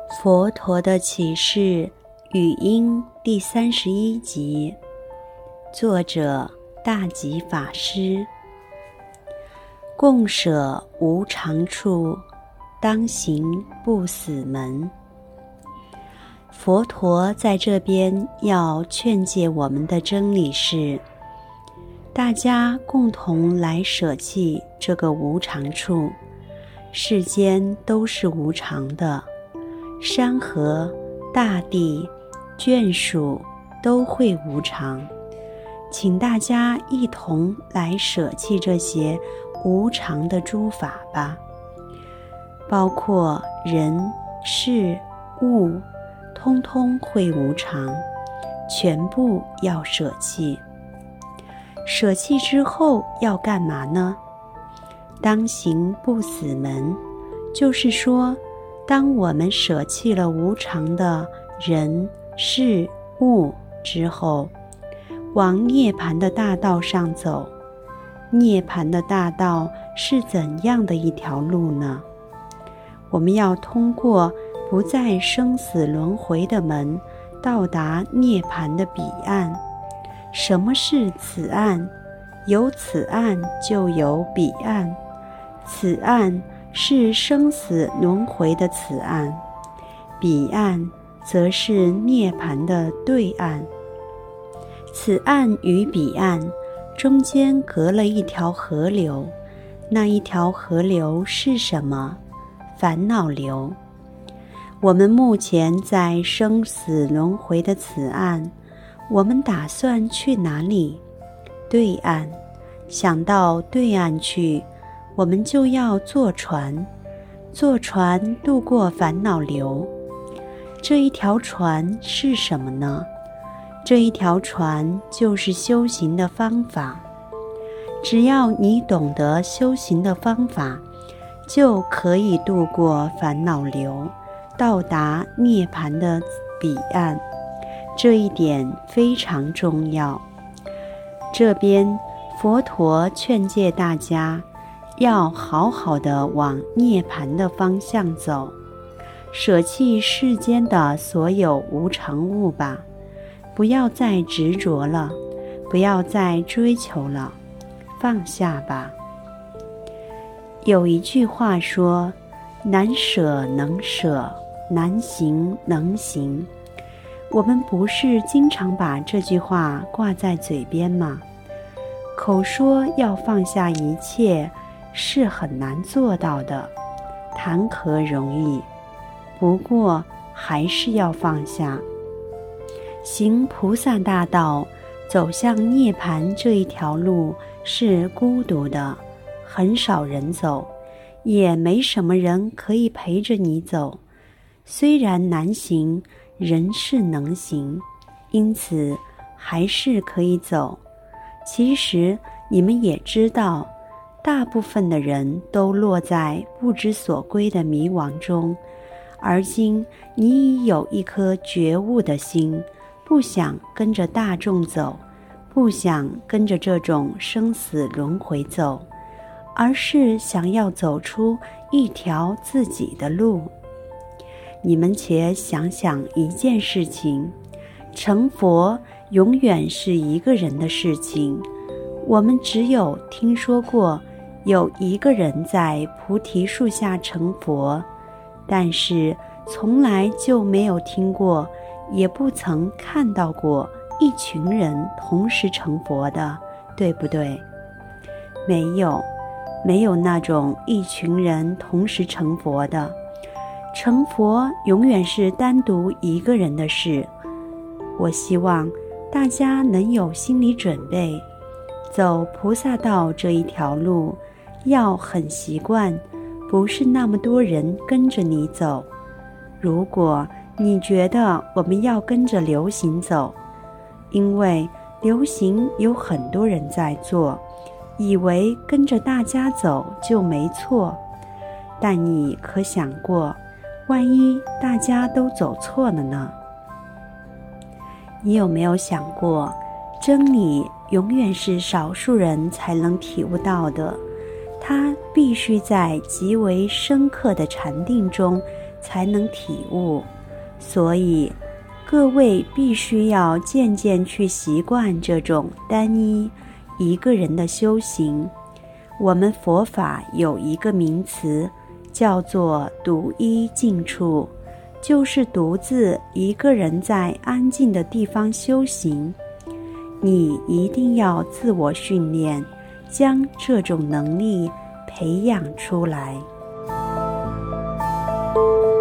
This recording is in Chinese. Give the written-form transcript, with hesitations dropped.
佛陀的启示语音第31集，作者大吉法师。共舍无常处，当行不死门。佛陀在这边要劝诫我们的真理是，大家共同来舍弃这个无常处。世间都是无常的，山河、大地、眷属都会无常，请大家一同来舍弃这些无常的诸法吧，包括人、事、物，通通会无常，全部要舍弃。舍弃之后要干嘛呢？当行不死门，就是说，当我们舍弃了无常的人、事、物之后，往涅槃的大道上走。涅槃的大道是怎样的一条路呢？我们要通过不再生死轮回的门，到达涅槃的彼岸。什么是此岸？有此岸就有彼岸。此岸是生死轮回的此岸，彼岸则是涅槃的对岸。此岸与彼岸中间隔了一条河流，那一条河流是什么？烦恼流。我们目前在生死轮回的此岸，我们打算去哪里？对岸。想到对岸去，我们就要坐船，坐船渡过烦恼流。这一条船是什么呢？这一条船就是修行的方法。只要你懂得修行的方法，就可以渡过烦恼流，到达涅槃的彼岸。这一点非常重要。这边佛陀劝诫大家要好好的往涅槃的方向走，舍弃世间的所有无常物吧，不要再执着了，不要再追求了，放下吧。有一句话说，难舍能舍，难行能行。我们不是经常把这句话挂在嘴边吗？口说要放下一切，是很难做到的，谈何容易。不过还是要放下。行菩萨大道，走向涅槃这一条路是孤独的，很少人走，也没什么人可以陪着你走。虽然难行，人是能行，因此还是可以走。其实你们也知道，大部分的人都落在不知所归的迷惘中，而今你已有一颗觉悟的心，不想跟着大众走，不想跟着这种生死轮回走，而是想要走出一条自己的路。你们且想想一件事情，成佛永远是一个人的事情。我们只有听说过有一个人在菩提树下成佛，但是从来就没有听过，也不曾看到过一群人同时成佛的，对不对？没有那种一群人同时成佛的。成佛永远是单独一个人的事。我希望大家能有心理准备，走菩萨道这一条路，要很习惯，不是那么多人跟着你走。如果你觉得我们要跟着流行走，因为流行有很多人在做，以为跟着大家走就没错。但你可想过，万一大家都走错了呢？你有没有想过，真理永远是少数人才能体悟到的，它必须在极为深刻的禅定中才能体悟。所以各位必须要渐渐去习惯这种单一一个人的修行。我们佛法有一个名词叫做独一静处，就是独自一个人在安静的地方修行。你一定要自我训练，将这种能力培养出来。